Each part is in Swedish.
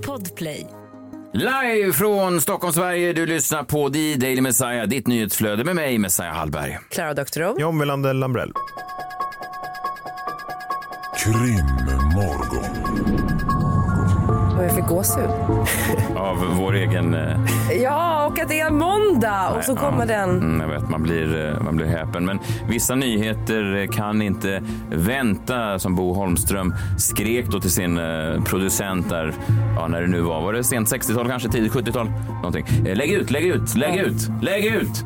Podplay. Live från Stockholm, Sverige. Du lyssnar på The Daily Messiah, ditt nyhetsflöde med mig, Messiah Hallberg. Klara Doktorow. John Melander Lambrell. Krimmorgon. Och jag fick gåshud. Av vår egen... Ja, och att det är måndag. Och så kommer den. Jag vet, man blir häpen. Men vissa nyheter kan inte vänta, som Bo Holmström skrek då till sin producent där. Ja, när det nu var det sent 60-tal, kanske tidigt 70-tal. Någonting. Lägg ut.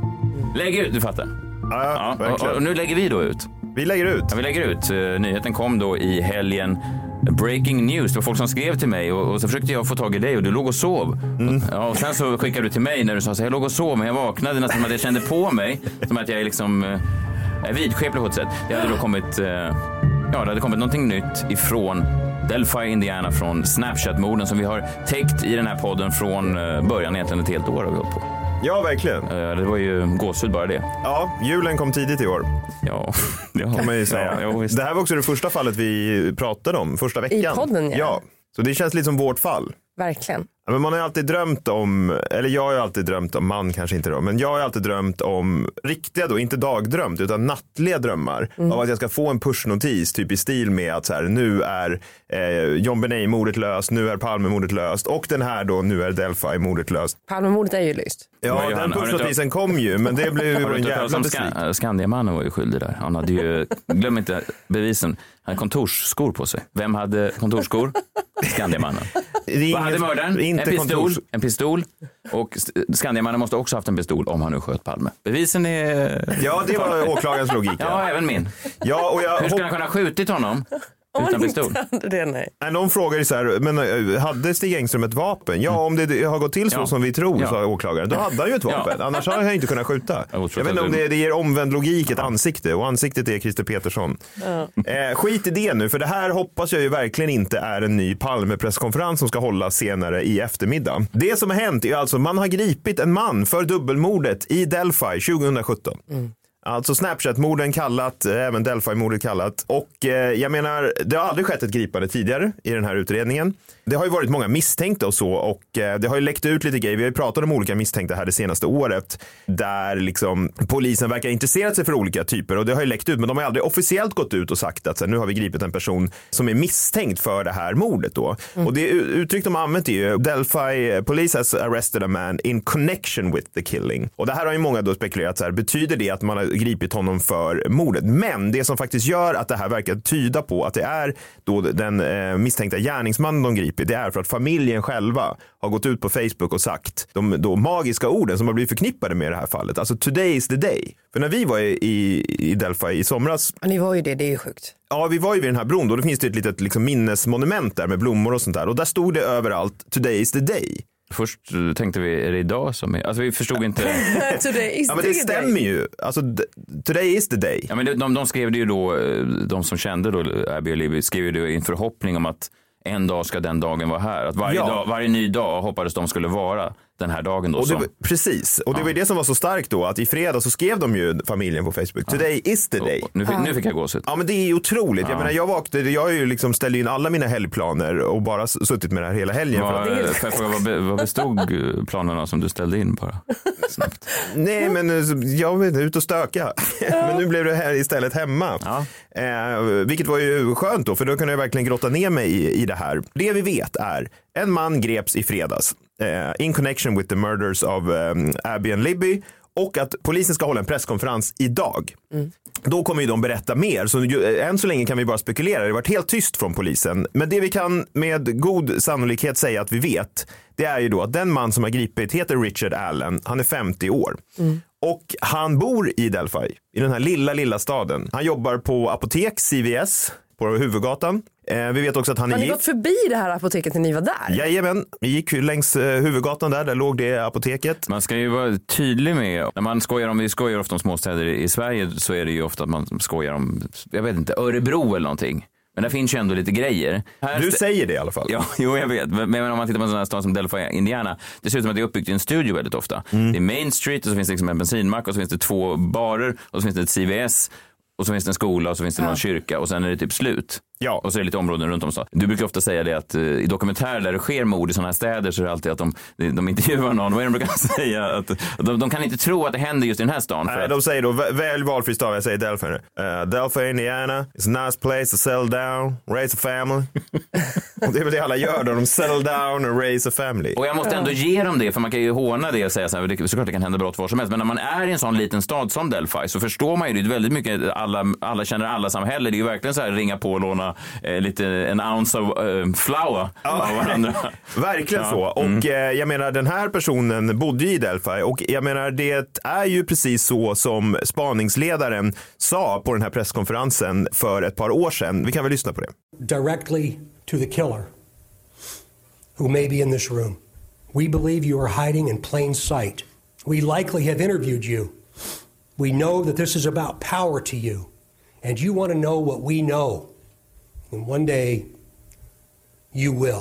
Du fattar. Ja, och nu lägger vi då ut. Vi lägger ut. Ja, vi lägger ut. Nyheten kom då i helgen. Breaking news. Det var folk som skrev till mig och så försökte jag få tag i dig och du låg och sov. Ja, och sen så skickade du till mig när du sa så jag låg och sov, men jag vaknade nästan som att jag kände på mig som att jag är liksom vidskeplig på ett sätt. Det hade då kommit det hade kommit någonting nytt ifrån Delphi, Indiana, från Snapchat-morden som vi har täckt i den här podden från början, egentligen ett helt år har vi hållit på. Ja, verkligen. Det var ju gåshud bara det. Ja, julen kom tidigt i år. Ja, kan man ju säga. Ja, det här var också det första fallet vi pratade om, första veckan. I podden, ja. Så det känns lite som vårt fall. Verkligen. Ja, men man har ju alltid drömt om, eller jag har ju alltid drömt om, man kanske inte då, men jag har ju alltid drömt om riktiga då, inte dagdrömt utan nattliga drömmar av att jag ska få en pushnotis typ i stil med att så här, nu är John Benet-mordet löst, nu är Palme-mordet löst och den här då, nu är Delphi-mordet löst. Palme-mordet är ju löst. Ja, den pushnotisen kom ju, men det blev ju en jävla besviken. Skandiamannen var ju skyldig där. Han hade ju, glöm inte bevisen, han hade kontorsskor på sig. Vem hade kontorsskor? Skandiamannen. Vad hade mördaren? En pistol. Och Skandiamannen måste också haft en pistol om han nu sköt Palme. Bevisen är... Ja, det var åklagarens logik. Ja, även min. Ja, och hur skulle han kunna skjutit honom? Utan pistol. Nej, någon frågar ju så här, men hade Stig Engström ett vapen? Ja, om det har gått till så som vi tror, sa åklagaren, då hade han ju ett vapen. Annars har han inte kunnat skjuta. Jag vet inte om det ger omvänd logik ett ansikte, och ansiktet är Christer Petersson. Skit i det nu, för det här hoppas jag ju verkligen inte är en ny Palme-presskonferens som ska hållas senare i eftermiddag. Det som har hänt är alltså, man har gripit en man för dubbelmordet i Delphi 2017. Alltså Snapchat-morden kallat, även Delphi-mordet kallat. Och jag menar, det har aldrig skett ett gripande tidigare i den här utredningen. Det har ju varit många misstänkta och så, och det har ju läckt ut lite grejer. Vi har ju pratat om olika misstänkta här det senaste året, där liksom polisen verkar intresserat sig för olika typer, och det har ju läckt ut, men de har aldrig officiellt gått ut och sagt att så här, nu har vi gripit en person som är misstänkt för det här mordet då. Och det uttryck de har använt är ju Delphi police has arrested a man in connection with the killing. Och det här har ju många då spekulerat så här, betyder det att man har gripit honom för mordet? Men det som faktiskt gör att det här verkar tyda på att det är då den misstänkta gärningsmannen de griper, det är för att familjen själva har gått ut på Facebook och sagt de då magiska orden som har blivit förknippade med det här fallet. Alltså today is the day. För när vi var i Delphi i somras... Ja, ni var ju det är ju sjukt. Ja, vi var ju vid den här bron då. Det finns det ett litet liksom minnesmonument där med blommor och sånt där. Och där stod det överallt today is the day. Först tänkte vi, är det idag som är... Alltså vi förstod inte... Ja, men det stämmer ju. Alltså, today is the day. Ja, men de skrev det ju då, de som kände då Abby och Libby skrev ju det i en förhoppning om att en dag ska den dagen vara här. Att varje ny dag hoppades de skulle vara den här dagen då. Och precis. Och det var det som var så starkt då, att i fredag så skrev de ju familjen på Facebook. Today is the day. Nu fick jag gåshud. Ja, men det är otroligt. Jag menar, jag vaknade, jag har ju liksom ställt in alla mina helgplaner och bara suttit med det här hela helgen. Vad bestod planerna som du ställde in bara? Snabbt. Nej, men jag vet ut och stöka. Men nu blev det här istället hemma. Vilket var ju skönt då, för då kunde jag verkligen grotta ner mig i det här. Det vi vet är, en man greps i fredags in connection with the murders of Abby and Libby, och att polisen ska hålla en presskonferens idag. Då kommer ju de berätta mer, så än så länge kan vi bara spekulera. Det har varit helt tyst från polisen, men det vi kan med god sannolikhet säga att vi vet, det är ju då att den man som har gripit heter Richard Allen. Han är 50 år. Och han bor i Delphi, i den här lilla staden. Han jobbar på apotek, CVS, på huvudgatan. Vi vet också att han är gift. Har ni gått förbi det här apoteket när ni var där? Jajamän, vi gick längs huvudgatan där låg det apoteket. Man ska ju vara tydlig med, när man vi skojar ofta om småstäder i Sverige, så är det ju ofta att man skojar om, jag vet inte, Örebro eller någonting. Men det finns ju ändå lite grejer. Du säger det i alla fall. Ja, jo, jag vet. Men om man tittar på en sån här stad som Delphi, Indiana, det ser ut som att det är uppbyggt i en studio väldigt ofta. Det är Main Street, och så finns det liksom en bensinmack, och så finns det 2 barer, och så finns det ett CVS, och så finns det en skola, och så finns det någon kyrka, och sen är det typ slut. Ja. Och så är det lite områden runt om stan. Du brukar ofta säga det att i dokumentärer där det sker mord i sådana här städer så är det alltid att de intervjuar någon. Vad är de brukar säga? Att de kan inte tro att det händer just i den här stan. Nej, de säger då, välj valfri stad. Jag säger Delphi. Delphi, Indiana. It's a nice place to settle down, raise a family. Och det är väl det alla gör då. De settle down and raise a family. Och jag måste ändå ge dem det, för man kan ju håna det och säga så här, såklart det kan hända brott var som helst. Men när man är i en sån liten stad som Delphi så förstår man ju det väldigt mycket. Alla känner alla samhälle. Det är ju verkligen så här ringa på och låna en ounce of flour av varandra. Verkligen så. Och jag menar, den här personen bodde i Delphi. Och jag menar, det är ju precis så som spaningsledaren sa på den här presskonferensen för ett par år sedan. Vi kan väl lyssna på det. Directly to the killer who may be in this room. We believe you are hiding in plain sight. We likely have interviewed you. We know that this is about power to you. And you want to know what we know. And one day you will.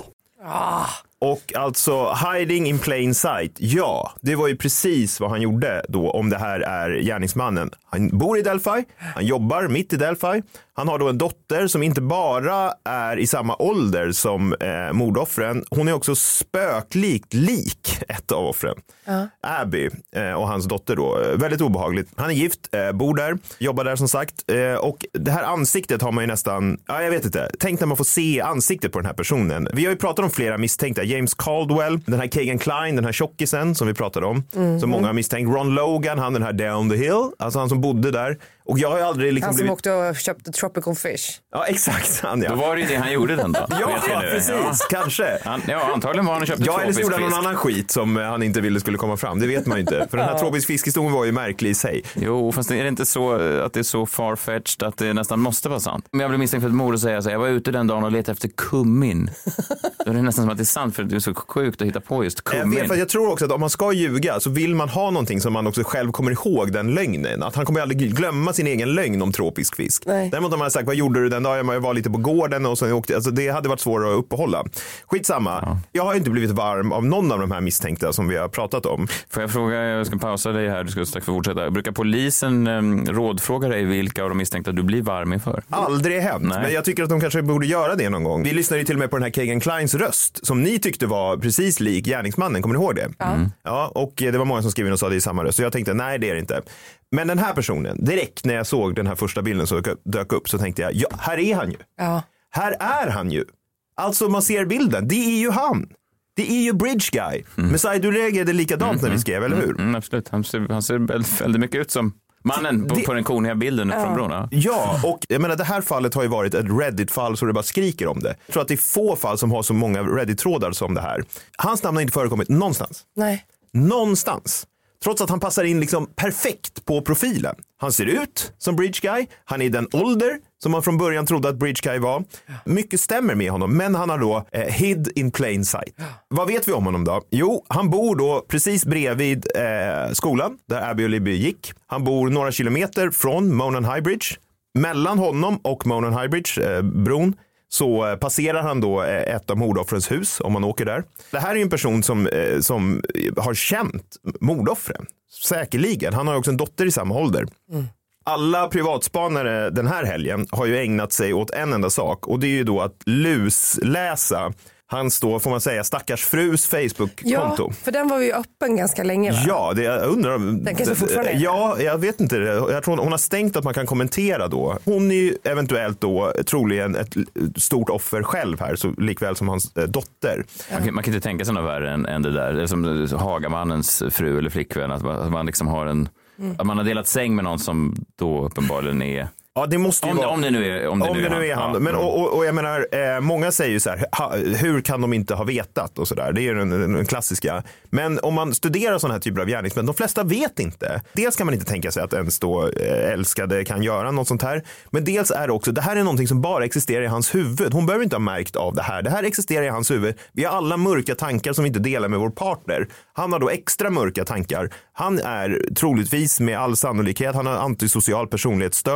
Och alltså hiding in plain sight, ja, det var ju precis vad han gjorde då, om det här är gärningsmannen. Han bor i Delphi, han jobbar mitt i Delphi. Han har då en dotter som inte bara är i samma ålder som mordoffren. Hon är också spöklikt lik ett av offren. Abby och hans dotter då. Väldigt obehagligt. Han är gift, bor där, jobbar där som sagt. Och det här ansiktet har man ju nästan, jag vet inte. Tänk när man får se ansiktet på den här personen. Vi har ju pratat om flera misstänkta. James Caldwell, den här Keegan Kline, den här tjockisen som vi pratade om. Som många har misstänkt. Ron Logan, han den här Down the Hill. Alltså han som bodde där. Och jag har ju aldrig liksom han som åkte och köpte Tropical Fish. Ja, exakt. Då var det ju det han gjorde den då. Ja, precis. Kanske. Antagligen var han och köpte tropisk eller så gjorde fisk. han någon annan skit som han inte ville skulle komma fram. Det vet man ju inte. För den här tropisk fiskhistorien var ju märklig i sig. Jo, fast är det inte så att det är så farfetched att det nästan måste vara sant? Men jag blev misstänkt för ett mord och säga så här, jag var ute den dagen och letade efter kummin. Då är det nästan som att det är sant, för det är så sjukt att hitta på just kummin. Jag tror också att om man ska ljuga så vill man ha någonting som man också själv kommer ihåg den lögnen. Att han kommer aldrig glömma sin egen lögn om tropisk fisk. Nej. Däremot om man har sagt, vad gjorde du den dagen? Jag var lite på gården och så åkte, alltså det hade varit svårt att uppehålla. Skitsamma. Ja. Jag har inte blivit varm av någon av de här misstänkta som vi har pratat om. Får jag fråga, jag ska pausa dig här, du ska strax få fortsätta. Brukar polisen rådfråga dig vilka av de misstänkta du blir varm inför? Aldrig hänt, men jag tycker att de kanske borde göra det någon gång. Vi lyssnade ju till och med på den här Keegan Klines röst som ni tyckte var precis lik gärningsmannen, kommer ni ihåg det? Ja, och det var många som skrev in och sa det i samma röst, så jag tänkte nej, det är det inte. Men den här personen, direkt när jag såg den här första bilden så dök upp, så tänkte jag, ja, här är han ju. Ja. Här är han ju. Alltså man ser bilden, det är ju han. Det är ju Bridge Guy. Messiah, du reagerade likadant när vi skrev, eller hur? Absolut, han ser väldigt mycket ut som mannen på den koniga bilden från bron. Ja, och jag menar, det här fallet har ju varit ett Reddit-fall så det bara skriker om det. Jag tror att det är få fall som har så många Reddit-trådar som det här. Hans namn har inte förekommit någonstans. Nej. Någonstans. Trots att han passar in liksom perfekt på profilen. Han ser ut som Bridge Guy. Han är i den ålder som man från början trodde att Bridge Guy var. Mycket stämmer med honom, men han har då hid in plain sight. Vad vet vi om honom då? Jo, han bor då precis bredvid skolan där Abby och Libby gick. Han bor några kilometer från Monon High Bridge. Mellan honom och Monon High Bridge, bron, så passerar han då ett av mordoffrens hus om man åker där. Det här är ju en person som har känt mordoffren. Säkerligen. Han har också en dotter i samma ålder. Alla privatspanare den här helgen har ju ägnat sig åt en enda sak. Och det är ju då att lusläsa hans då, får man säga, stackars frus Facebook-konto. Ja, för den var ju öppen ganska länge, va? Ja, jag undrar om... Den kanske fortfarande är. Ja, jag vet inte. Jag tror hon har stängt att man kan kommentera då. Hon är ju eventuellt då troligen ett stort offer själv här, så likväl som hans dotter. Ja. Man kan inte tänka sig något värre än det där. Det är som Hagamannens fru eller flickvän. Att man liksom har att man har delat säng med någon som då uppenbarligen är... Ja, det måste ju vara... Om det nu är han. Ja. Men, och jag menar, många säger ju så här, hur kan de inte ha vetat och så där. Det är ju den klassiska. Men om man studerar sådana här typer av gärningsmän, de flesta vet inte. Dels kan man inte tänka sig att ens då älskade kan göra något sånt här. Men dels är det också, det här är någonting som bara existerar i hans huvud. Hon behöver inte ha märkt av det här. Det här existerar i hans huvud. Vi har alla mörka tankar som vi inte delar med vår partner. Han har då extra mörka tankar. Han är troligtvis med all sannolikhet, han har antisocial personlighetsstörning. Han har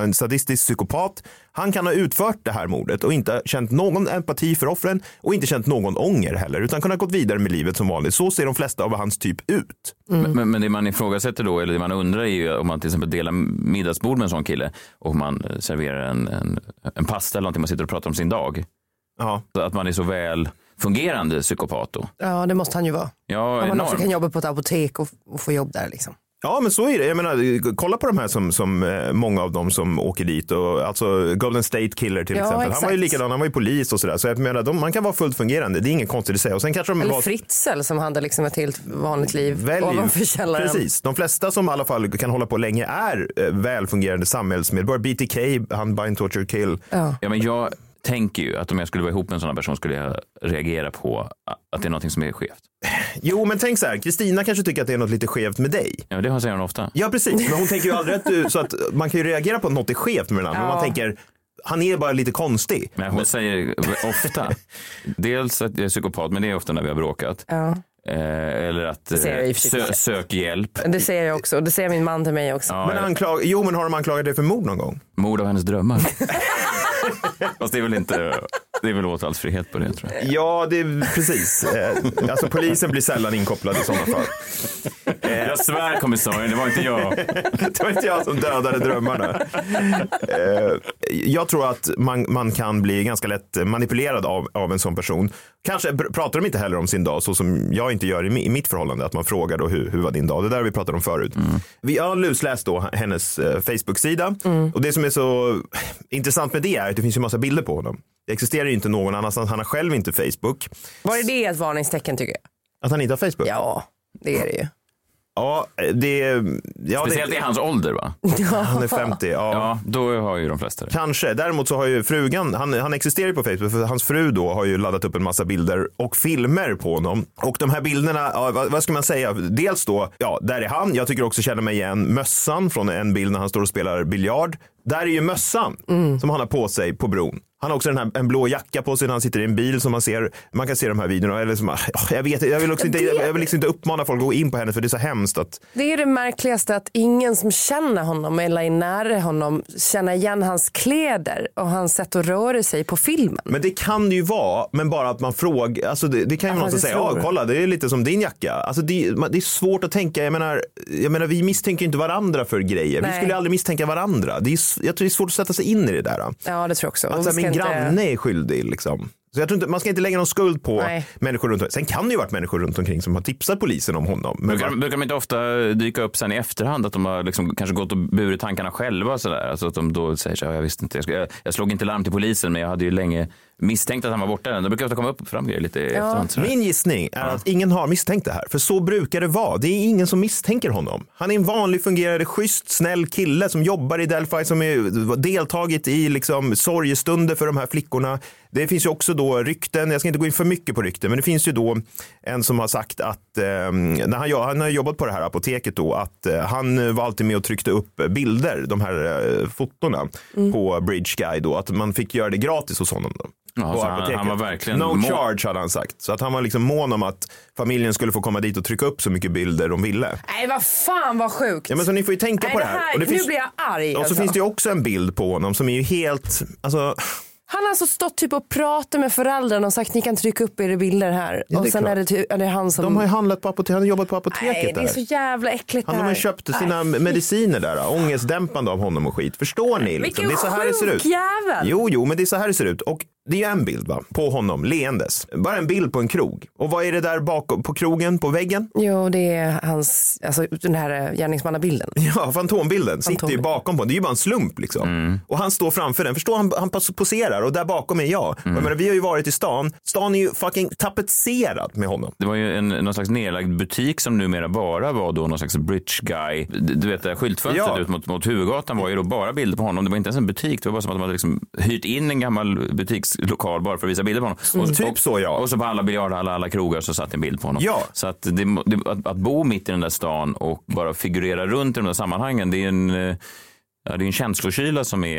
en sadistisk psykopat. Han kan ha utfört det här mordet och inte känt någon empati för offren och inte känt någon ånger heller, utan kunnat gått vidare med livet som vanligt. Så ser de flesta av hans typ ut. Men det man ifrågasätter då, eller det man undrar är ju om man till exempel delar middagsbord med en sån kille och man serverar en pasta eller någonting, man sitter och pratar om sin dag. Ja. Så att man är så väl fungerande psykopat då. Ja, det måste han ju vara. Ja, om man också kan jobba på ett apotek och få jobb där liksom. Ja, men så är det. Jag menar, kolla på de här som många av dem som åker dit. Och, alltså Golden State Killer till exempel. Exakt. Han var ju likadan, han var ju polis och sådär. Så jag menar, man kan vara fullt fungerande. Det är inget konstigt att säga. Och sen kanske eller Fritzl som hade liksom ett helt vanligt liv ovanför källaren. Precis. De flesta som i alla fall kan hålla på länge är välfungerande samhällsmedborgare. BTK, han Bind, Torture, Kill. Ja, men jag tänker ju att om jag skulle vara ihop med en sån här person skulle jag reagera på att det är någonting som är skevt. Jo, men tänk så här, Kristina kanske tycker att det är något lite skevt med dig. Ja, det säger hon ofta. Ja, precis. Men hon tänker ju aldrig så att man kan ju reagera på att något är skevt med den andra. Men man tänker, han är bara lite konstig. Men hon säger ofta, dels att jag är psykopat, men det är ofta när vi har bråkat. Ja. Eller att sök hjälp. Det säger jag också, det säger min man till mig också. Ja, men men har de anklagat dig för mord någon gång? Mord av hennes drömmar. Fast det är väl åtalsfrihet på det, tror jag. Ja, det är precis. Alltså polisen blir sällan inkopplad i sådana fall. Jag svär, kommissarien, det var inte jag. Det var inte jag som dödade drömmarna. Jag tror att man kan bli ganska lätt manipulerad av en sån person. Kanske pratar de inte heller om sin dag så som jag inte gör i mitt förhållande. Att man frågar då hur var din dag? Det där vi pratade om förut. Vi har lusläst då hennes Facebook-sida. Och det som är så intressant med det är att det finns ju massa bilder på honom. Det existerar ju inte någon annanstans. Han har själv inte Facebook. Var är det ett varningstecken tycker jag? Att han inte har Facebook? Ja, det är det ju. Ja, speciellt i hans ålder, va? Han är 50, ja. Då har ju de flesta det. Kanske, däremot så har ju frugan, han existerar ju på Facebook för hans fru då har ju laddat upp en massa bilder och filmer på honom. Och de här bilderna, vad ska man säga? Dels då, där är han. Jag tycker också känna mig igen mössan från en bild när han står och spelar biljard. Där är ju mössan som han har på sig på bron. Han har också en blå jacka på sig när han sitter i en bil som man kan se de här videorna. Eller som, jag vill liksom inte uppmana folk att gå in på henne för det är så hemskt att... Det är det märkligaste att ingen som känner honom eller är nära honom känner igen hans kläder och hans sätt att röra sig på filmen. Men det kan det ju vara, men bara att man frågar, alltså det kan ju någon säga, kolla det är lite som din jacka. Alltså det är svårt att tänka, jag menar vi misstänker inte varandra för grejer. Nej. Vi skulle aldrig misstänka varandra. Jag tror det är svårt att sätta sig in i det där. Ja, det tror jag också. Alltså, min granne är skyldig liksom. Så jag tror inte, man ska inte lägga någon skuld på människor runt omkring. Sen kan det ju varit människor runt omkring som har tipsat polisen om honom. Brukar de inte ofta dyka upp sen i efterhand att de har liksom kanske gått och burit tankarna själva och sådär? Alltså att de då säger så här, jag visste inte, jag slog inte larm till polisen men jag hade ju länge misstänkt att han var borta. Det brukar ofta komma upp fram lite i efterhand. Sådär. Min gissning är att ingen har misstänkt det här. För så brukar det vara. Det är ingen som misstänker honom. Han är en vanlig fungerande, schysst, snäll kille som jobbar i Delphi som är deltagit i liksom sorgestunder för de här flickorna. Det finns ju också då rykten, jag ska inte gå in för mycket på rykten, men det finns ju då en som har sagt att när han har jobbat på det här apoteket då, att han var alltid med och tryckte upp bilder, de här fotorna på Bridge Guy då, att man fick göra det gratis hos honom då. Ja, han var verkligen no charge hade han sagt. Så att han var liksom mån om att familjen skulle få komma dit och trycka upp så mycket bilder de ville. Nej, vad fan vad sjukt. Ja, men så ni får ju tänka på det här. Och nu blir jag arg. Och så finns det ju också en bild på honom som är ju helt, alltså... Han har alltså stått typ och pratat med föräldrarna och sagt ni kan trycka upp era bilder här. Ja, och sen är det han som... De har ju handlat på apoteket, han har jobbat på apoteket. Nej, det är så jävla äckligt. Han har köpt sina mediciner där, ångestdämpande av honom och skit. Förstår ni? Liksom? Det är så här det ser ut. Jävel. Jo, men det är så här det ser ut. Och det är en bild på honom, leendes. Bara en bild på en krog. Och vad är det där bakom på krogen, på väggen? Jo, det är hans, alltså den här gärningsmannabilden. Ja, fantombilden sitter ju bakom på. Det är ju bara en slump liksom. Och han står framför den. Förstår han poserar och där bakom är jag. Jag menar, vi har ju varit i stan. Stan är ju fucking tapetserad med honom. Det var ju någon slags nedlagd butik som numera bara var då någon slags bridge guy. Du vet, det skyltfönstret ut mot huvudgatan var ju då bara bilder på honom. Det var inte ens en butik. Det var bara som att de hade liksom hyrt in en gammal butikslokal bara för att visa bilder på honom. Typ så, ja. Och så på alla biljardhallar, alla krogar så satt en bild på honom. Ja. Så att, att bo mitt i den där stan och bara figurera runt i de där sammanhangen, det är en känslokyla som är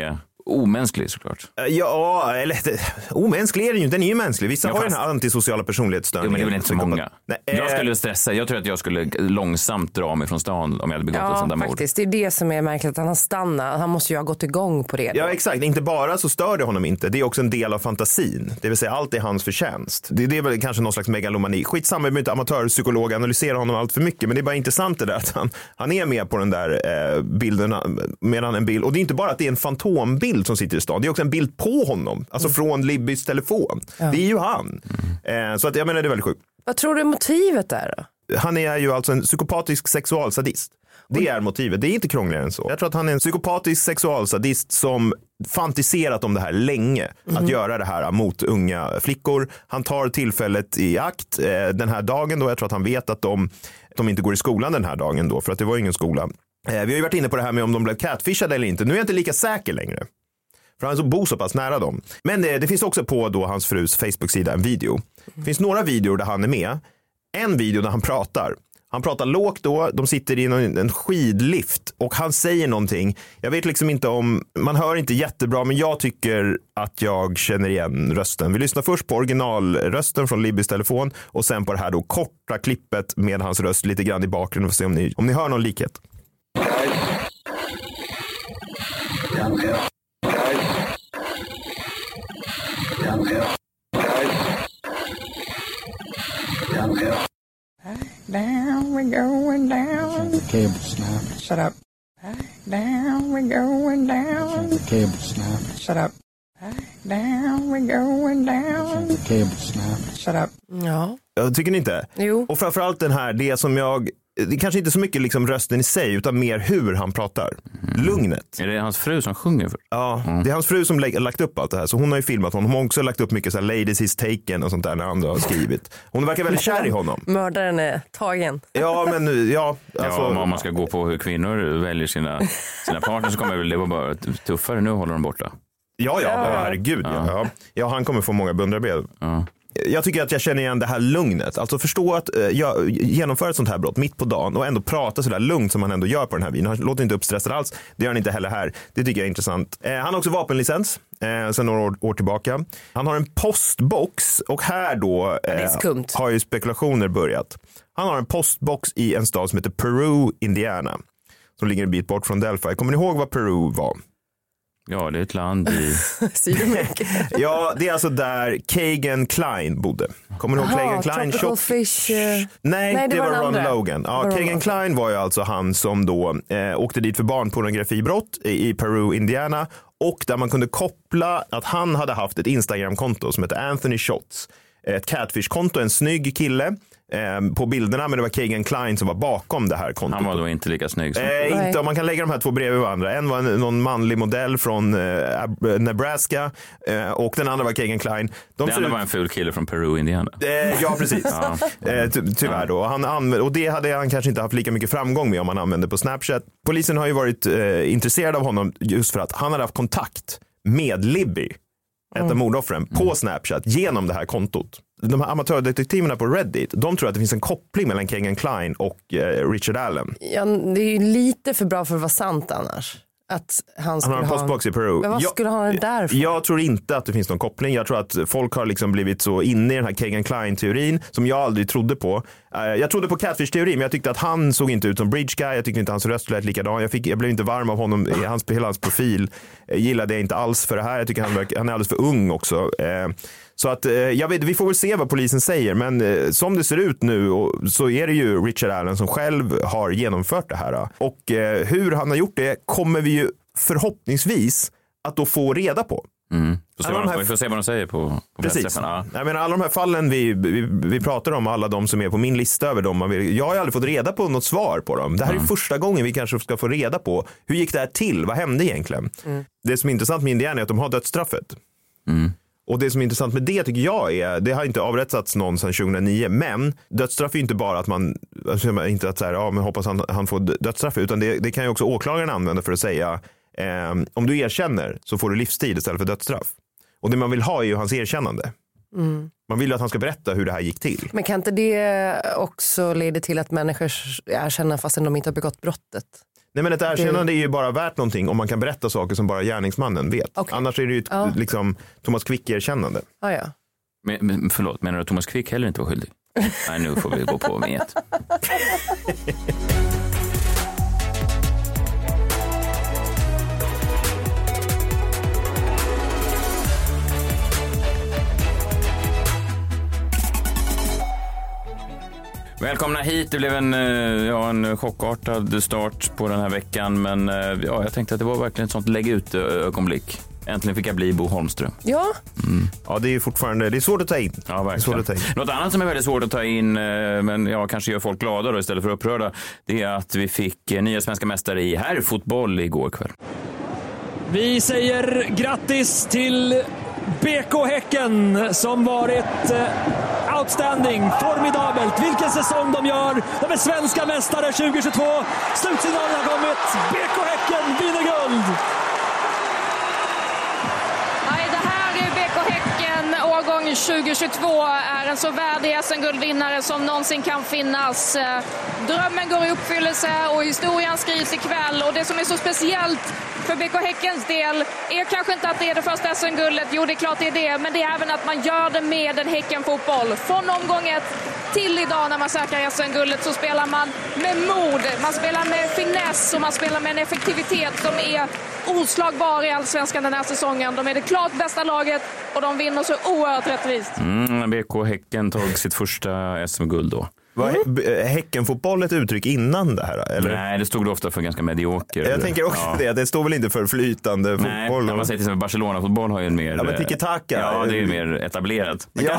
omänsklig såklart. Ja, eller omänsklig är den ju. Den är ju mänsklig. Vissa har ju den här antisociala personlighetsstörningen. Men det är väl inte så många. Nej, jag skulle stressa. Jag tror att jag skulle långsamt dra mig från stan om jag hade begått ett sånt där mord. Faktiskt. Det är det som är märkligt, att han har stannat. Han måste ju ha gått igång på det. Ja, exakt. Inte bara så stör det honom inte. Det är också en del av fantasin. Det vill säga allt är hans förtjänst. Det är väl kanske någon slags megalomani. Skitsamma, vi behöver inte amatörpsykolog analysera honom allt för mycket. Men det är bara intressant det där att han är med på den där bilden. Medan en bild. Och det är inte bara att det är en fantombild som sitter i stan. Det är också en bild på honom. Alltså från Libbys telefon. Ja. Det är ju han. Så att jag menar det är väldigt sjukt. Vad tror du motivet är då? Han är ju alltså en psykopatisk sexualsadist. Det är motivet. Det är inte krångligare än så. Jag tror att han är en psykopatisk sexualsadist som fantiserat om det här länge. Att göra det här mot unga flickor. Han tar tillfället i akt den här dagen då. Jag tror att han vet att de inte går i skolan den här dagen då. För att det var ingen skola. Vi har ju varit inne på det här med om de blev catfishade eller inte. Nu är jag inte lika säker längre. För han bor så pass nära dem. Men det finns också på då hans frus Facebook-sida en video. Det finns några videor där han är med. En video där han pratar. Han pratar lågt då. De sitter i en skidlift. Och han säger någonting. Jag vet liksom inte om... Man hör inte jättebra. Men jag tycker att jag känner igen rösten. Vi lyssnar först på originalrösten från Libbys telefon. Och sen på det här då korta klippet med hans röst lite grann i bakgrunden. För att se om ni hör någon likhet. Down we going down. The cable snap. Shut up. Down we going down. The cable snap. Shut up. Down we going down. The cable snap. Shut up. Ja. Tycker ni inte? Jo. Och framförallt den här, det är kanske inte så mycket liksom rösten i sig utan mer hur han pratar. Lugnet. Är det hans fru som sjunger? Ja, det är hans fru som lagt upp allt det här. Så hon har ju filmat honom. Hon har också lagt upp mycket så här Ladies is taken och sånt där när andra har skrivit. Hon verkar väldigt kär i honom. Mördaren är tagen. Ja, men alltså, om man ska gå på hur kvinnor väljer sina partner så kommer det vara bara tuffare. Nu håller de borta. Ja, herregud. Ja, han kommer få många beundrarbrev. Ja. Jag tycker att jag känner igen det här lugnet. Alltså förstå att jag genomför ett sånt här brott mitt på dagen och ändå prata så där lugnt som han ändå gör på den här videon. Han låter inte uppstressad alls. Det gör han inte heller här. Det tycker jag är intressant. Han har också vapenlicens sedan några år tillbaka. Han har en postbox och här då har ju spekulationer börjat. Han har en postbox i en stad som heter Peru, Indiana. Som ligger en bit bort från Delphi. Kommer ni ihåg vad Peru var? Ja, det är ett land i Sydamerika. Ja, det är alltså där Keegan Kline bodde. Kommer du ihåg Keegan Kline? Tropical Fish. Nej, det var Ron Logan. Ja, Keegan Kline var ju alltså han som då åkte dit för barnpornografibrott i Peru, Indiana. Och där man kunde koppla att han hade haft ett Instagram-konto som heter Anthony Shots. Ett catfish-konto, en snygg kille på bilderna, men det var Keegan Kline som var bakom det här kontot. Han var då inte lika snygg som... Inte om man kan lägga de här två bredvid varandra. En var någon manlig modell från Nebraska och den andra var Keegan Kline. Den andra var en ful kille från Peru, Indiana. Ja, precis. Tyvärr då. Och det hade han kanske inte haft lika mycket framgång med om han använde på Snapchat. Polisen har ju varit intresserad av honom just för att han hade haft kontakt med Libby, ett av mordoffren, på Snapchat genom det här kontot. De här amatördetektiverna på Reddit, de tror att det finns en koppling mellan Keegan Kline och Richard Allen. Ja, det är ju lite för bra för att vara sant annars. Att han har en postbox i Peru. Men vad skulle han ha den där för? Jag tror inte att det finns någon koppling. Jag tror att folk har liksom blivit så inne i den här Keegan Kline-teorin som jag aldrig trodde på. Jag trodde på Catfish-teorin, men jag tyckte att han såg inte ut som Bridge Guy. Jag tyckte inte hans röst lät likadan. Jag blev inte varm av honom i hela hans profil. Gillade jag inte alls för det här. Jag tycker han är alldeles för ung också. Så att vi får väl se vad polisen säger, men som det ser ut nu så är det ju Richard Allen som själv har genomfört det här. Och hur han har gjort det kommer vi ju förhoppningsvis att då få reda på. Vi får se vad de säger på precis. Jag menar, alla de här fallen vi pratar om, alla de som är på min lista över dem, jag har aldrig fått reda på något svar på dem. Det här är första gången vi kanske ska få reda på hur gick det här till, vad hände egentligen. Det som är intressant med Indiana är att de har dödsstraffet. Och det som är intressant med det tycker jag är, det har inte avrättats någon sedan 2009, men dödsstraff är inte bara att man, inte att så här, men hoppas han får dödsstraff, utan det kan ju också åklagaren använda för att säga, om du erkänner så får du livstid istället för dödsstraff. Och det man vill ha är ju hans erkännande. Man vill ju att han ska berätta hur det här gick till. Men kan inte det också leda till att människor erkänner fastän de inte har begått brottet? Nej, men ett erkännande är ju bara värt någonting om man kan berätta saker som bara gärningsmannen vet. Okay. Annars är det ju liksom Thomas Quick-erkännande. Ja. Men, förlåt, menar du att Thomas Quick heller inte var skyldig? Nej, nu får vi gå på med ett. Välkomna hit. Det blev en chockartad start på den här veckan. Men jag tänkte att det var verkligen ett sånt lägg ut ögonblick. Äntligen fick jag bli Bo Holmström. Ja. Ja, det är fortfarande det är svårt att ta in. Ja, verkligen. Något annat som är väldigt svårt att ta in, men kanske gör folk glada då istället för upprörda, det är att vi fick nya svenska mästare i herrfotboll igår kväll. Vi säger grattis till BK Häcken som varit outstanding, formidabelt. Vilken säsong de gör. De är svenska mästare 2022. Slutsignalen har kommit. BK Häcken vinner guld. Årgång 2022 är en så värdig SM-guldvinnare som någonsin kan finnas. Drömmen går i uppfyllelse och historien skrivs ikväll. Och det som är så speciellt för BK Häckens del är kanske inte att det är det första SM-guldet. Jo, det är klart det är det. Men det är även att man gör det med en Häcken-fotboll. Från omgång 1 till idag när man säkrar SM-guldet så spelar man med mod. Man spelar med finess och man spelar med en effektivitet som är oslagbar i Allsvenskan den här säsongen. De är det klart bästa laget och de vinner så oerhört rättvist. BK Häcken tog sitt första SM-guld då. Var Häckenfotboll ett uttryck innan det här? Eller? Nej, det stod det ofta för ganska medioker. Jag tänker också det. Det står väl inte för flytande fotboll? Nej, man säger till exempel Barcelona-fotboll har ju en mer... Ja, men tiki-taka. Ja, det är ju mer etablerat. Men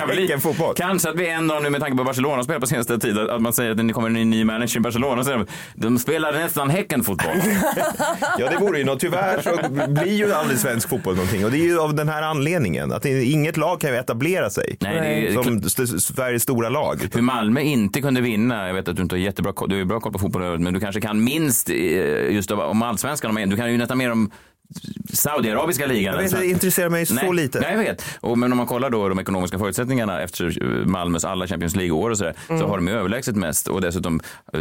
kanske att vi ändå nu med tanke på Barcelona spelar på senaste tiden att man säger att det kommer en ny manager i Barcelona så de spelar nästan Häcken-fotboll. Ja, det vore ju något. Tyvärr så blir ju aldrig svensk fotboll någonting. Och det är ju av den här anledningen. Att inget lag kan ju etablera sig. Nej, som Sveriges stora lag. Hur Malmö inte kunde vinna. Jag vet att du inte har jättebra koll. Du är bra koll på fotboll, men du kanske kan minst just om allsvenskan. Du kan ju nästan mer om Saudiarabiska ligan. Det intresserar mig så lite. Nej, jag vet. Men om man kollar då de ekonomiska förutsättningarna efter Malmös alla Champions League-år och så har de ju överlägset mest. Och dessutom,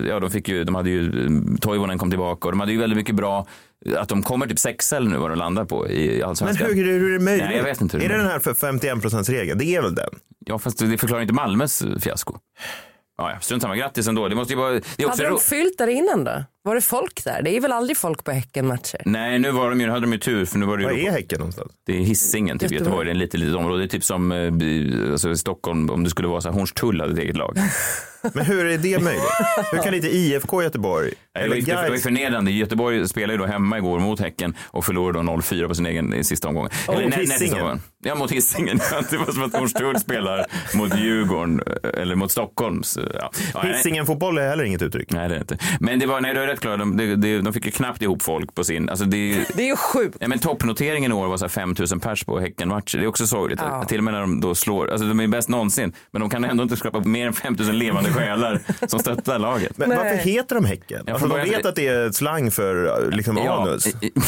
de hade ju Toivonen kom tillbaka och de hade ju väldigt mycket bra att de kommer typ 6 eller nu vad de landar på i allsvenskan. Men hur är det möjligt? Nej, jag vet inte. Är det den här för 51%-regeln? Det är väl den? Ja, fast det förklarar inte Malmös fiasko. Ja, strunt samma, grattis ändå. Det måste ju vara... Det är också hade de fyllt där innan då? Var det folk där? Det är väl aldrig folk på Häcken-matcher? Nej, nu hade de ju tur. För nu var det Vad är Häcken någonstans? Det är Hisingen, typ Göteborg. Det är en litet område. Det är typ som Stockholm, om det skulle vara så här, Hornstull hade ett eget lag. Men hur är det möjligt? Hur kan inte IFK Göteborg? Det var förnedrande. Göteborg spelade ju då hemma igår mot Häcken och förlorade då 0-4 på sin egen i sista omgången. Mot Hisingen? Ja, mot Hisingen. Det var som att Hornstull spelar mot Djurgården eller mot Stockholms. Ja. Hisingen-fotboll är heller inget uttryck. Nej, det är inte. Men det var, nej, du är rätt klar. De fick ju knappt ihop folk på sin... Alltså det är ju sjukt. Ja, men toppnoteringen i år var så här 5 000 pers på Häckenmatcher. Det är också sorgligt. Ja. Till och med när de då slår... Alltså de är bäst någonsin. Men de kan ändå inte skapa mer än 5 000 levande själar som stöttar laget. Men varför heter de Häcken? Alltså, de vet att det är ett slang för liksom anus.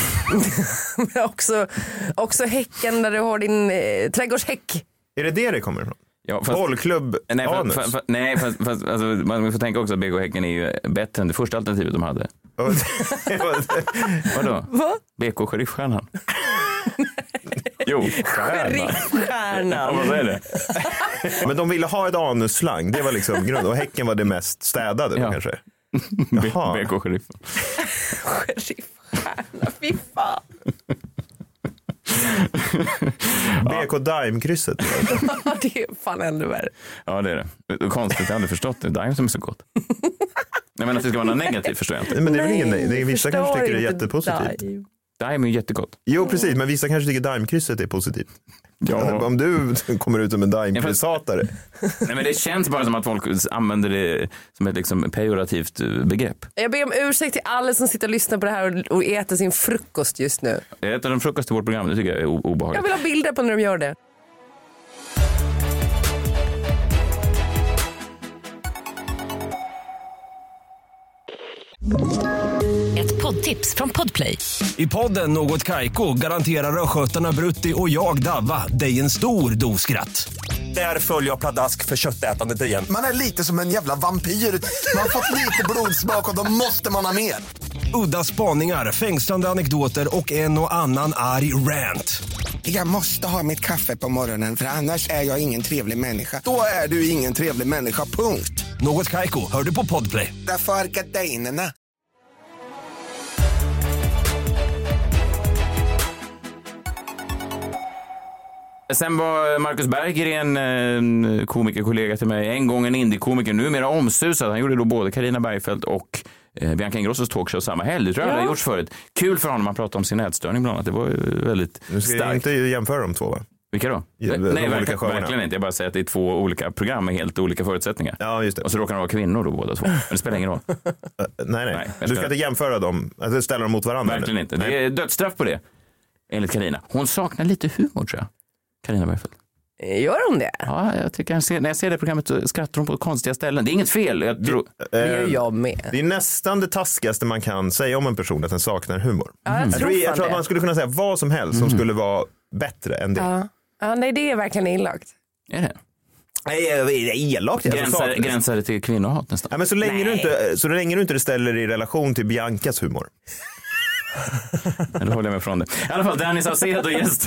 Men också Häcken där du har din trädgårdshäck. Är det kommer ifrån? Ja, bollklubb anus? Nej, fast alltså, man får tänka också att BK Häcken är ju bättre än det första alternativet de hade. Vadå? Va? BK Sheriffstjärnan. Jo, Sheriffstjärnan. Vad är det? Men de ville ha ett anusslang. Det var liksom grund. Och Häcken var det mest städade då, kanske. BK Sheriffen. Sheriffstjärna, fy fan. BK Daim-krysset. Det är fan ännu värre. Ja, det är det. Konstigt, jag hade förstått det. Daim som är så gott. Jag menar att det ska vara något negativt, förstår jag inte. Men det är väl ingen nej. Det är vissa kanske tycker det är jättepositivt. Daim är ju jättegott. Jo, precis. Men vissa kanske tycker Daim-krysset är positivt. Ja. Om du kommer ut som en Daim-kryssatare. Nej, men det känns bara som att folk använder det som ett liksom pejorativt begrepp. Jag ber om ursäkt till alla som sitter och lyssnar på det här och äter sin frukost just nu. Jag äter en frukost i vårt program, det tycker jag är obehagligt. Jag vill ha bilder på när de gör det. Ett poddtips från Podplay. I podden Något Kaiko garanterar röskötarna Brutti och jag Davva dig en stor doskratt. Där följer jag pladask för köttätandet igen. Man är lite som en jävla vampyr. Man har fått lite blodsmak och då måste man ha mer. Udda spaningar, fängslande anekdoter och en och annan arg rant. Jag måste ha mitt kaffe på morgonen, för annars är jag ingen trevlig människa. Då är du ingen trevlig människa, punkt. Något Kaiko, hör du på Podplay. Därför är gardinerna. Sen var Marcus Berggren, en komikerkollega till mig, en gång en indie-komiker, numera omsusad. Han gjorde då både Carina Bergfeldt och Bianca Ingrossos talkshow samma helg. Det tror jag aldrig gjorts förut. Kul för honom att prata om sin ätstörning bland annat. Det var ju väldigt starkt. Nu ska jag inte jämföra de två, va? Vilka då? Nej, verkligen inte. Jag bara säger att det är två olika program med helt olika förutsättningar. Ja, just det. Och så råkar de vara kvinnor då båda två. Men det spelar ingen roll. Nej. Du ska inte jämföra dem, alltså ställa dem mot varandra. Verkligen inte. Det är dödsstraff på det, enligt Carina. Hon saknar lite humor, tror jag. Carina Bergfeldt. Gör hon det? Ja, jag tycker när jag ser det programmet så skrattar hon på konstiga ställen. Det är inget fel. Det gör jag med. Det är nästan det taskigaste man kan säga om en person, att den saknar humor. Ja, jag tror att man skulle kunna säga vad som helst som skulle vara bättre än det. Ja, nej, det är verkligen elakt. Är det? Nej, det är elakt. Gränsar det till kvinnohat nästan? Ja, men så länge du inte ställer i relation till Biancas humor. Då håller jag mig från det. I alla fall, Danny Saucedo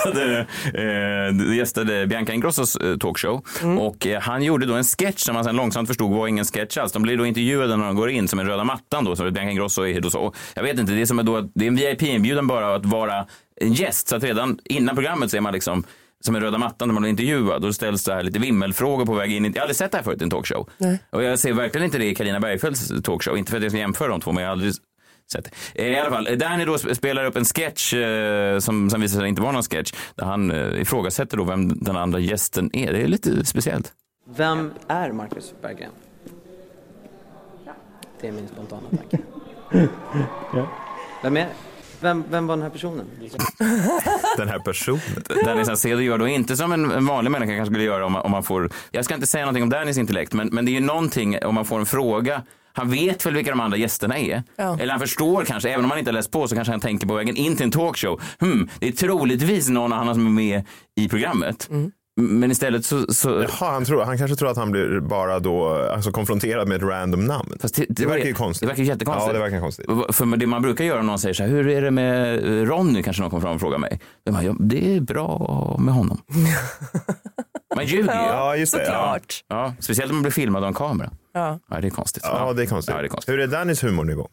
gästade Bianca Ingrossos talkshow. Och han gjorde då en sketch som man sen långsamt förstod var ingen sketch alls. De blir då intervjuade när de går in som en röda mattan då, så Bianca Ingrosso är då. Jag vet inte, det är som det är en VIP-inbjudan bara att vara en gäst, så att redan innan programmet så är man liksom som en röda mattan när man är intervjuad. Då ställs det här lite vimmelfrågor på väg in. Jag har aldrig sett det här förut i en talkshow. Nej. Och jag ser verkligen inte det i Carina Bergfeldts talkshow. Inte för att jag ska jämföra de två, men jag har aldrig sett det. I alla fall, Danny då spelar upp en sketch som visar sig inte vara någon sketch. Där han ifrågasätter då vem den andra gästen är. Det är lite speciellt. Vem är Marcus Berggren? Det är min spontana tanke. Vem är det? Vem var den här personen? Den här personen? Danny Saucedo gör då inte som en vanlig människa kanske skulle göra om man får... Jag ska inte säga någonting om Dannys intellekt, men det är ju någonting om man får en fråga. Han vet väl vilka de andra gästerna är. Ja. Eller han förstår kanske, även om han inte har läst på, så kanske han tänker på vägen in till en talkshow. Det är troligtvis någon annan som är med i programmet. Men istället så... Jaha, han kanske tror att han blir bara då konfronterad med ett random namn. Fast det verkar ju konstigt. Det verkar jättekonstigt. Ja, det verkar konstigt. För det man brukar göra när någon säger så här, hur är det med Ronny? Kanske någon kommer fram och frågar mig. Det är bra med honom. Man ljuger ju. Ja, just det. Såklart. Ja, speciellt om man blir filmad av en kamera. Ja, det är konstigt. Ja, det är konstigt. Ja, det är konstigt. Hur är Dannys humornivå?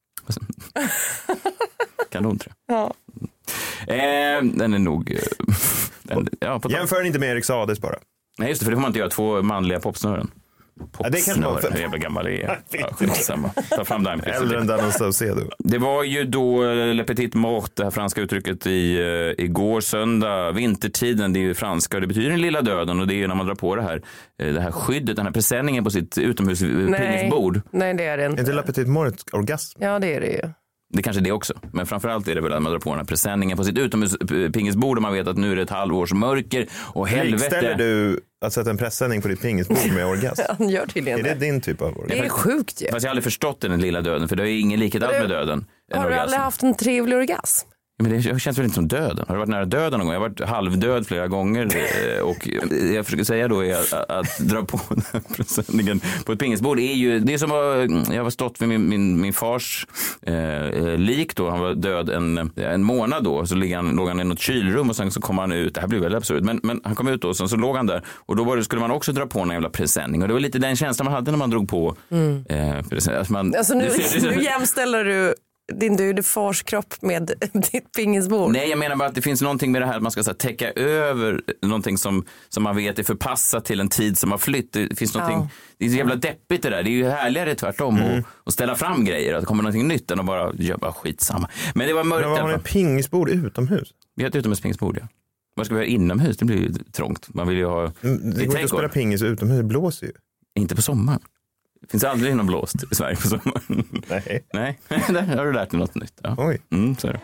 Kanon, tror jag. Ja. Den är nog... Jämför inte med Erik Saades bara. Nej, just det, för det får man inte göra. Två manliga popsnören. Det kan vara hur jävla gammal det är. Skitsamma. Ta fram den. Äldre än Danny Saucedo. Det var ju då Le Petit Mort, det här franska uttrycket igår söndag, vintertiden, det är ju franska och det betyder den lilla döden, och det är ju när man drar på det här skyddet, den här presenningen på sitt utomhuspingisbord. Nej, det är det inte. Är inte Le Petit Mort orgasm? Ja, det är det ju. Det kanske är det också, men framförallt är det väl att man drar på den här presenningen på sitt utomhuspingisbord och man vet att nu är det ett halvårs mörker och helvete. Ställer du att sätta en pressändning på ditt pingisbord med orgasm? Han gör tydligen det. Är det din typ av orgasm? Det är sjukt ju. Fast jag har aldrig förstått den lilla döden, för det är ingen likhet alls med döden. Har du aldrig haft en trevlig orgasm? Men det känns väl inte som döden. Har du varit nära döden någon gång? Jag har varit halvdöd flera gånger. Och jag försöker säga då är att dra på den här presenningen på ett pingisbord är ju... Det är som att jag har stått vid min fars lik då. Han var död en månad då. Så låg han i något kylrum och sen så kom han ut. Det här blev väldigt absurt. Men han kom ut då och sen så låg han där. Och då skulle man också dra på en jävla presenning. Och det var lite den känslan man hade när man drog på presenning. Alltså nu jämställer du din döde fars kropp med ditt pingisbord. Nej, jag menar bara att det finns någonting med det här att man ska täcka över någonting som man vet är förpassat till en tid som har flytt. Det finns någonting, det är så jävla deppigt det där. Det är ju härligare tvärtom att ställa fram grejer, att det kommer någonting nytt än att bara göra skitsamma. Men det var mörkt. Men vad har ni pingisbord utomhus? Vi har ett utomhuspingisbord, ja. Vad ska vi ha inomhus? Det blir ju trångt. Man vill ju ha... Det går inte att spela pingis utomhus, det blåser ju. Inte på sommaren. Det finns aldrig någon blåst i Sverige på sommaren. Nej. Där har du lärt dig något nytt. Ja. Oj. Så är det.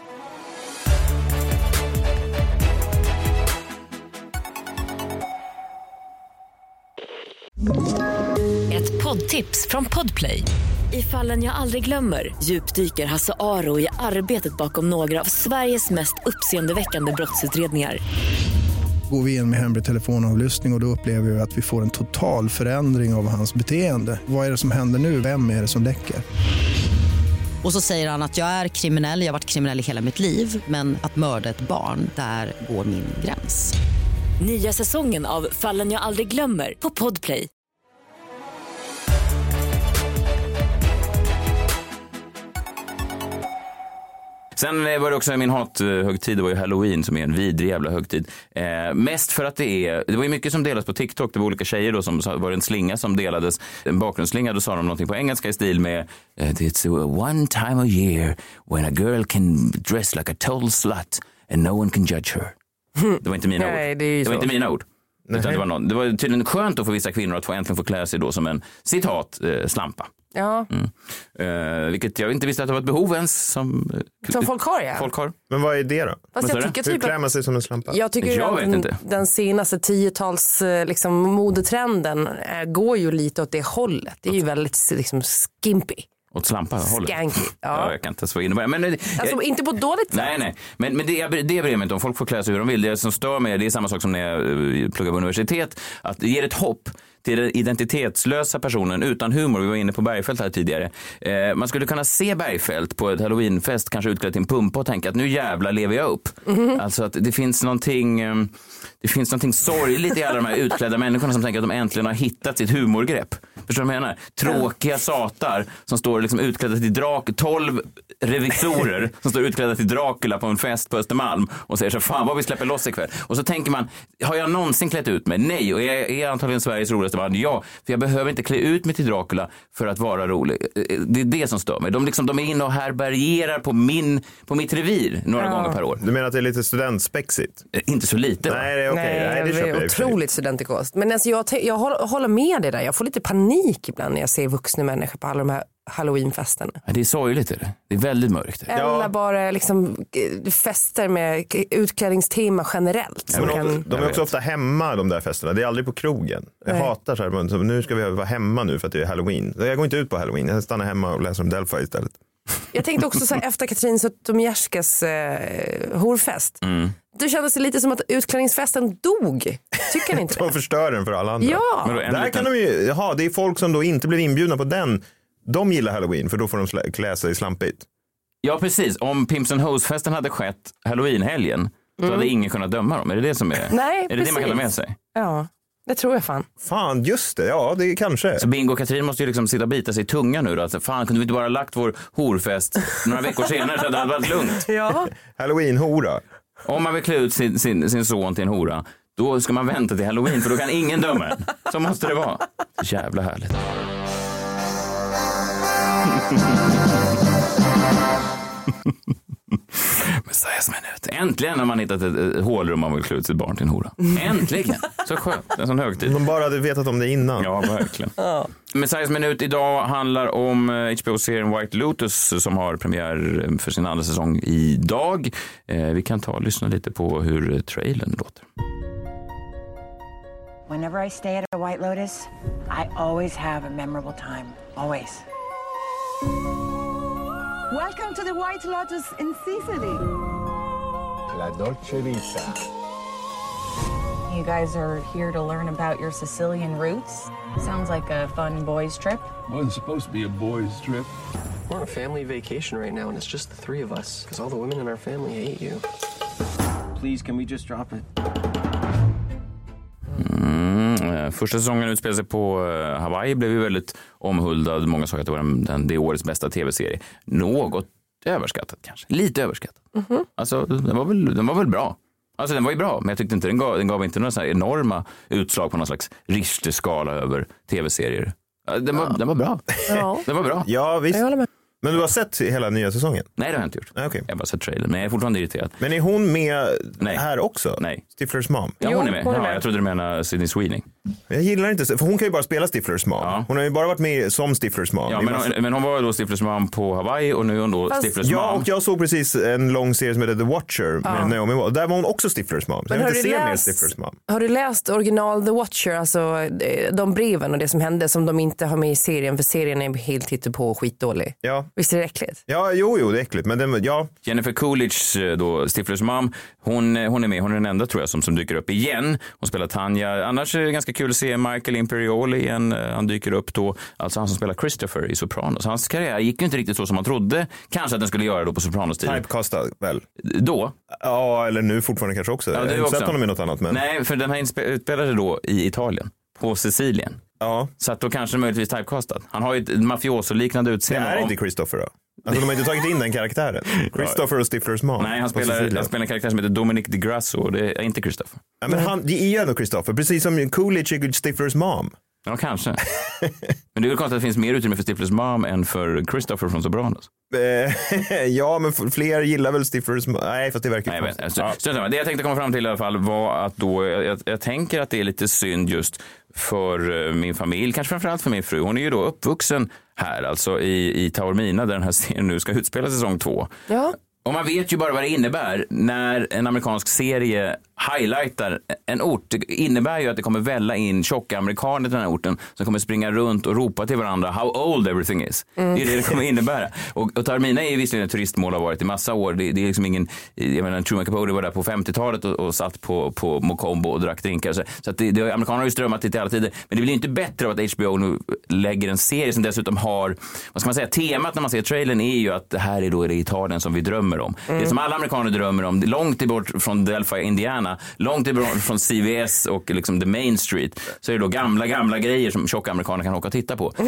Ett poddtips från Podplay. I Fallen jag aldrig glömmer djupdyker Hasse Aro i arbetet bakom några av Sveriges mest uppseendeväckande brottsutredningar. Går vi in med hemlig telefonavlyssning och då upplever vi att vi får en total förändring av hans beteende. Vad är det som händer nu? Vem är det som läcker? Och så säger han att jag är kriminell, jag har varit kriminell i hela mitt liv. Men att mörda ett barn, där går min gräns. Nya säsongen av Fallen jag aldrig glömmer på Podplay. Sen var det också min hathögtid, det var ju Halloween som är en vidrig jävla högtid. Mest för att det var ju mycket som delas på TikTok. Det var olika tjejer då som var en slinga som delades, en bakgrundsslinga. Då sa de någonting på engelska i stil med It's one time of year when a girl can dress like a total slut and no one can judge her. Det var inte mina ord. Det var inte mina ord. Utan det var tydligen skönt för vissa kvinnor att äntligen få klä sig då som en citat slampa. Ja. Vilket jag inte visste att det var ett behov ens som folk har, ja. Folk har. Men vad är det då? Fast jag tycker hur klär man sig som en slampa? Jag tycker den senaste 10-tals liksom, modetrenden går ju lite åt det hållet. Det är ju väldigt liksom, skimpy. Åt slampa hållet. Skanky, ja. Jag kan inte svara in. Men alltså inte på ett dåligt sätt. Nej. Men det bryr mig inte om. Folk får klä sig hur de vill. Det som stör mig, det är samma sak som när jag pluggar på universitet. Att det ger ett hopp till den identitetslösa personen utan humor. Vi var inne på Bergfeldt här tidigare. Man skulle kunna se Bergfeldt på ett Halloweenfest, kanske utklädd till en pumpa och tänka att nu jävla lever jag upp. Alltså att det finns någonting sorgligt i alla de här utklädda människorna som tänker att de äntligen har hittat sitt humorgrepp. Förstår du vad jag menar? Tråkiga satar som står liksom utklädda till 12 revisorer som står utklädda till Dracula på en fest på Östermalm och säger så fan vad vi släpper loss ikväll. Och så tänker man, har jag någonsin klätt ut mig? Nej, och jag är antagligen Sveriges roligaste man. Ja, för jag behöver inte klä ut mig till Dracula för att vara rolig. Det är det som stör mig. De är inne och härbärgerar på mitt revir några gånger per år. Du menar att det är lite studentspexigt? Inte så lite. Nej, det är okej. Nej, det är otroligt studentikost. Men alltså, jag håller med dig där. Jag får lite panik ibland när jag ser vuxna människor på alla de här Halloweenfesten. Ja, det är sorgligt. Det är väldigt mörkt. Eller bara liksom fester med utklädningstema generellt. Ja, de är också ofta hemma, de där festerna. Det är aldrig på krogen. Jag hatar så här, nu ska vi vara hemma nu för att det är Halloween. Jag går inte ut på Halloween. Jag stannar hemma och läser om Delphi istället. Jag tänkte också så här, efter Katrin Zytomierskas horfest. Det kändes lite som att utklädningsfesten dog. Tycker ni inte det? De förstör den för alla andra. Ja. Där kan de ju, det är folk som då inte blev inbjudna på den. De gillar Halloween för då får de klä sig slampigt. Ja, precis. Om Pimps and Hoes-festen hade skett Halloween-helgen så hade ingen kunnat döma dem. Är det det som är? Nej, är det man kan ha med sig? Ja, det tror jag fan. Fan, just det. Ja, det är kanske. Så Bingo och Katrin måste ju liksom sitta och bita sig i tungan nu då. Alltså, fan, kunde vi inte bara lagt vår horfest några veckor senare så hade det varit lugnt. Ja. Halloween-hora. Om man vill klä ut sin son till en hora, då ska man vänta till Halloween för då kan ingen döma en. Så måste det vara. Så jävla härligt. Messiahs minut. Äntligen har man hittat ett hålrum man vill klä ut sitt barn till en hora. Äntligen. Så skönt. En sån högtid. De bara hade vetat om det innan. Ja, verkligen. Messiahs minut idag handlar om HBO-serien White Lotus som har premiär för sin andra säsong idag. Vi kan ta och lyssna lite på hur trailern låter. Whenever I stay at a White Lotus, I always have a memorable time. Always. Welcome to the White Lotus in Sicily. La Dolce Vita. You guys are here to learn about your Sicilian roots. Sounds like a fun boys' trip. Wasn't supposed to be a boys' trip. We're on a family vacation right now, and it's just the three of us, because all the women in our family hate you. Please, can we just drop it? Första säsongen utspelade sig på Hawaii, blev ju väldigt omhuldad. Många sa att det var det årets bästa tv-serie. Något överskattat kanske. Lite överskattat. Alltså, den var väl bra. Alltså den var ju bra, men jag tyckte inte den gav inte några så här enorma utslag på någon slags Richter-skala över tv-serier. Den var bra. Ja. Den var bra. Ja, visst. Jag håller med. Men du har sett hela nya säsongen? Nej, det har jag inte gjort. Okay. Jag har bara sett trailern, men jag är fortfarande irriterad. Men är hon med här också? Nej. Stiflers mom? Ja, hon är med. Ja, jag trodde du menade Sydney Sweeney. Jag gillar inte, för hon kan ju bara spela Stiflers mom. Ja. Hon har ju bara varit med som Stiflers mom. Ja, men hon var då Stiflers mom på Hawaii och nu är hon då Stiflers mom. Ja, och jag såg precis en lång serie som heter The Watcher med Naomi Watts. Där var hon också Stiflers mom. Så jag vill inte se mer Stiflers mom. Har du läst original The Watcher, alltså de breven och det som hände som de inte har med i serien, för serien är helt hittepå och skitdålig. Ja. Visst är det äckligt? Ja, jo, det är äckligt. Men ja. Jennifer Coolidge, då Stiflers mom, hon är med. Hon är den enda, tror jag, som dyker upp igen. Hon spelar Tanja. Annars är det ganska kul att se Michael Imperioli igen. Han dyker upp då, alltså han som spelar Christopher i Sopranos. Hans karriär gick ju inte riktigt så som man trodde kanske att den skulle göra då på Sopranos-tiden. Typecastad väl? Då? Ja, eller nu fortfarande kanske också. Ja, jag har inte sett honom i något annat. Men... Nej, för den här utspelade då i Italien, på Sicilien. Ja. Så att då kanske möjligtvis typecastad. Han har ju ett mafioso-liknande utseende. Det är inte Christopher då? Alltså de har inte tagit in den karaktären. Christopher och Stiflers mom. Nej, han spelar en karaktär som heter Dominic De Grasso och det är inte Christopher. Ja, men det är ju ändå Christopher, precis som Coolidge är Stiflers mom. Ja, kanske. Men det är väl konstigt att det finns mer utrymme för Stiflers mom än för Christopher från Sopranos. Ja, men fler gillar väl Stiflers mom. Nej, fast det verkar konstigt. Det jag tänkte komma fram till i alla fall var att då, jag tänker att det är lite synd just för min familj, kanske framförallt för min fru. Hon är ju då uppvuxen här, alltså i Taormina där den här serien nu ska utspela säsong 2. Ja. Och man vet ju bara vad det innebär när en amerikansk serie highlightar en ort. Det innebär ju att det kommer välla in tjocka amerikaner till den här orten som kommer springa runt och ropa till varandra how old everything is. Det är det kommer innebära. Och Taormina är ju visserligen ett turistmål, har varit i massa år. Det är liksom ingen, jag menar Truman Capote var där på 50-talet och satt på Mocombo och drack drinkar. Så att amerikaner har ju strömmat dit i alla tider. Men det blir ju inte bättre av att HBO nu lägger en serie som dessutom har, vad ska man säga, temat när man ser trailern är ju att det här är då det Italien som vi drömmer om. Det som alla amerikaner drömmer om, långt bort från Delphi, Indiana, långt bort från CVS och liksom the Main Street, så är det då gamla grejer som tjocka amerikaner kan åka och titta på.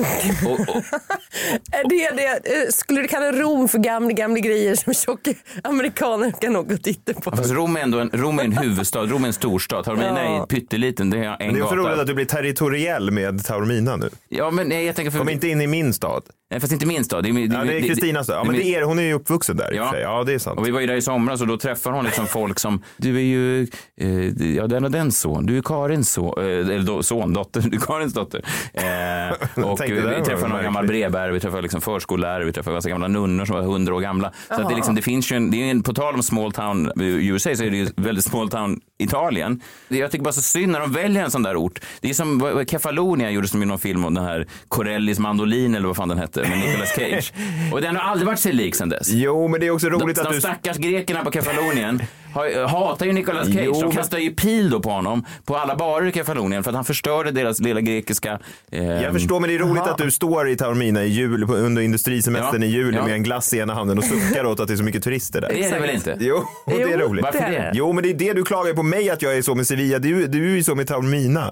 Skulle du kalla Rom för gamla grejer som tjocka amerikaner kan åka och titta på? Fast Rom är en huvudstad, Rom är en storstad. Taormina är pytteliten, det är en det är gata. så roligt att du blir territoriell med Taormina nu. Ja, men jag tänker Kom inte in i min stad. Nej, fast inte min stad. Det är Kristinas stad. Ja, men hon är ju uppvuxen där. Ja, det är sant. Och vi var ju där i somras och då träffar hon liksom folk som, du är ju den och den son, du är Karins son, eller son, dotter, du är Karins dotter. Och vi träffar någon gammal brevbärare, vi träffar liksom förskollärare, vi träffar ganska gamla nunnor som var 100 år gamla. Så att det finns ju det är en, på tal om small town USA så är det ju väldigt small town Italien. Jag tycker bara så synd när de väljer en sån där ort. Det är som Kefalonia gjorde som i någon film om den här Corellis mandolin eller vad fan den hette med Nicolas Cage. Och den har aldrig varit sig lik sen dess. Jo, men det är också roligt att de stackars grekerna på Kefalonien hatar ju Nicolas Cage. De kastar ju pil då på honom på alla barer i Kefalonien för att han förstörde deras lilla grekiska... Jag förstår, men det är roligt att du står i Taormina i jul, under industrisemestern i juli med en glass i ena handen och suckar åt att det är så mycket turister där. Det är det väl inte? Jo, det är roligt. Varför det? Jo, men det är det du klagar på mig att jag är så med Sevilla. Du är ju så med Taormina.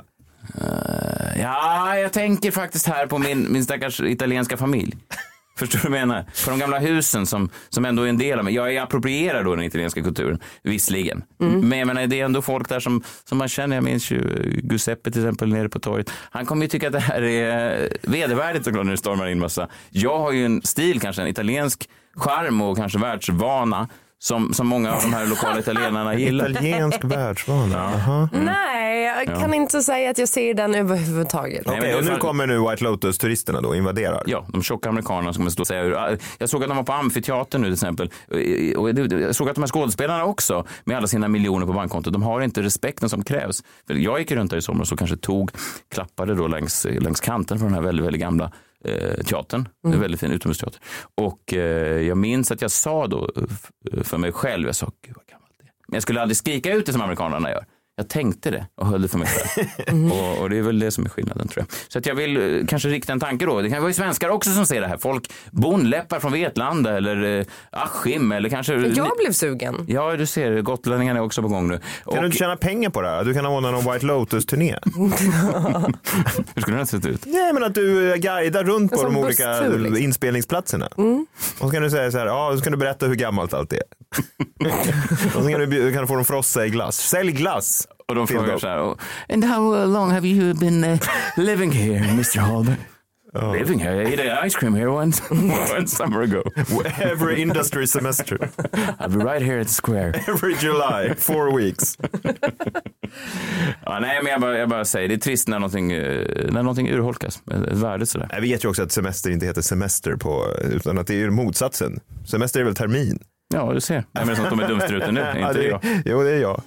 Ja, jag tänker faktiskt här på min stackars italienska familj. Förstår du vad jag menar? På de gamla husen som ändå är en del av mig. Jag approprierar då den italienska kulturen, visserligen. Men jag menar, det är ändå folk där som man känner. Jag minns ju Giuseppe till exempel nere på torget. Han kommer ju tycka att det här är vedervärdigt såklart när det stormar in massa. Jag har ju en stil, kanske en italiensk charm och kanske världsvana som många av de här lokala italienarna gillar. Italiensk världsvana? Nej, jag kan inte säga att jag ser den överhuvudtaget. Okej, och nu kommer nu White Lotus-turisterna då, invaderar. Ja, de tjocka amerikanerna som kommer stå och säga. Jag såg att de var på Amfiteatern nu till exempel. Och jag såg att de här skådespelarna också, med alla sina miljoner på bankkontot, de har inte respekten som krävs. För jag gick runt där i somras och kanske klappade då längs kanten från den här väldigt, väldigt gamla teatern. En väldigt fin utomhusteater. Och jag minns att jag sa då för mig själv, jag sa, gud vad gammalt det är. Men jag skulle aldrig skrika ut det som amerikanerna gör. Jag tänkte det och höll det för mig själv. Och det är väl det som är skillnaden, tror jag. Så att jag vill kanske rikta en tanke då. Det kan vara ju svenskar också som ser det här. Folk, bonläppar från Vetlanda eller Askim eller kanske... Jag blev sugen. Ja, du ser, gotlänningarna är också på gång nu. Kan du inte tjäna pengar på det här? Du kan ordna någon White Lotus-turné. Hur skulle det ha sett ut? Nej, men att du guidar runt på de olika inspelningsplatserna. Och så kan du säga så här, så kan du berätta hur gammalt allt är. Och så kan du få dem frossa i glass. Sälj glass. Och de frågar så här, and how long have you been living here, Mr. Hallberg? Living here? I ate ice cream here one summer ago. Every industry semester. I'll be right here at the square. Every July, 4 weeks. Nej, men jag bara säger, det är trist när någonting urholkas. Ett värde sådär. Jag vet ju också att semester inte heter semester utan att det är motsatsen. Semester är väl termin. Ja, du ser. Jag menar som att de är dumstruten nu, inte jag. Jo, det är jag.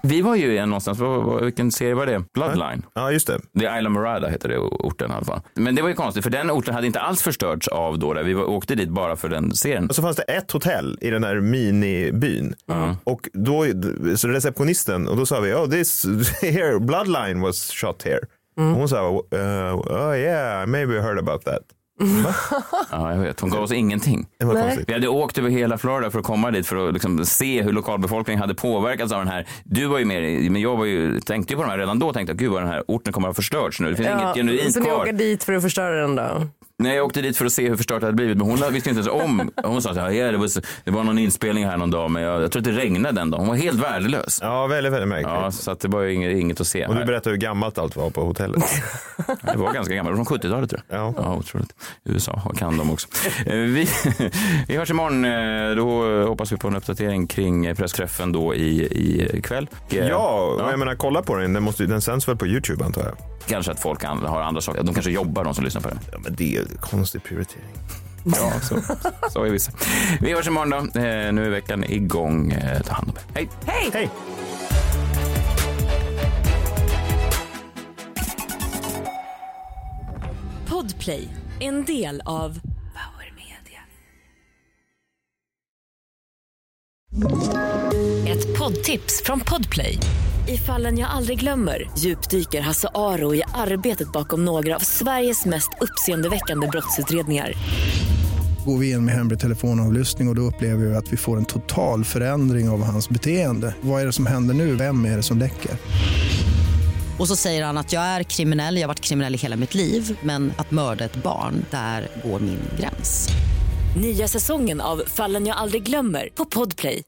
Vi var ju någonstans, vilken serie var det? Bloodline. Ja, just det. Det är Isla Morada heter det orten i alla fall. Men det var ju konstigt, för den orten hade inte alls förstörts av då. Vi åkte dit bara för den serien. Och så fanns det ett hotell i den här minibyn. Och då, så receptionisten, och då sa vi, this here, Bloodline was shot here. Och hon sa, yeah, maybe I heard about that. Ja, jag vet. Hon gav oss ingenting. Det var konstigt. Vi hade åkt över hela Florida för att komma dit för att liksom se hur lokalbefolkningen hade påverkats av den här. Du var ju med, men jag tänkte ju på de här redan då. Tänkte jag, gud vad den här orten kommer att ha förstörts nu. Det finns inget genuint kvar. Så ni åker dit för att förstöra den då? Nej, jag åkte dit för att se hur förstört det hade blivit. Men hon visste inte ens om. Hon sa att det var någon inspelning här någon dag. Men jag tror att det regnade den dagen. Hon var helt värdelös. Ja, väldigt, väldigt märkligt. Ja, så att det var ju inget att se. Och du berättade hur gammalt allt var på hotellet. Det var ganska gammalt. Från 70-talet tror jag. Ja, otroligt. USA kan de också. Vi hörs imorgon. Då hoppas vi på en uppdatering kring pressträffen då i kväll. Ja, jag menar kolla på den. Den sänds väl på YouTube antar jag. Kanske att folk har andra saker. De kanske jobbar, de som lyssnar på den. Ja, men det är konstig prioritering. Ja, så är vissa. Vi hörs imorgon då. Nu är veckan igång. Ta hand om er. Hej! Hej! Hej! Podplay, en del av Power Media. Ett poddtips från Podplay. I Fallen jag aldrig glömmer djupdyker Hasse Aro i arbetet bakom några av Sveriges mest uppseendeväckande brottsutredningar. Går vi in med hemlig telefonavlyssning och då upplever vi att vi får en total förändring av hans beteende. Vad är det som händer nu? Vem är det som läcker? Och så säger han att jag är kriminell, jag har varit kriminell i hela mitt liv. Men att mörda ett barn, där går min gräns. Nya säsongen av Fallen jag aldrig glömmer på Podplay.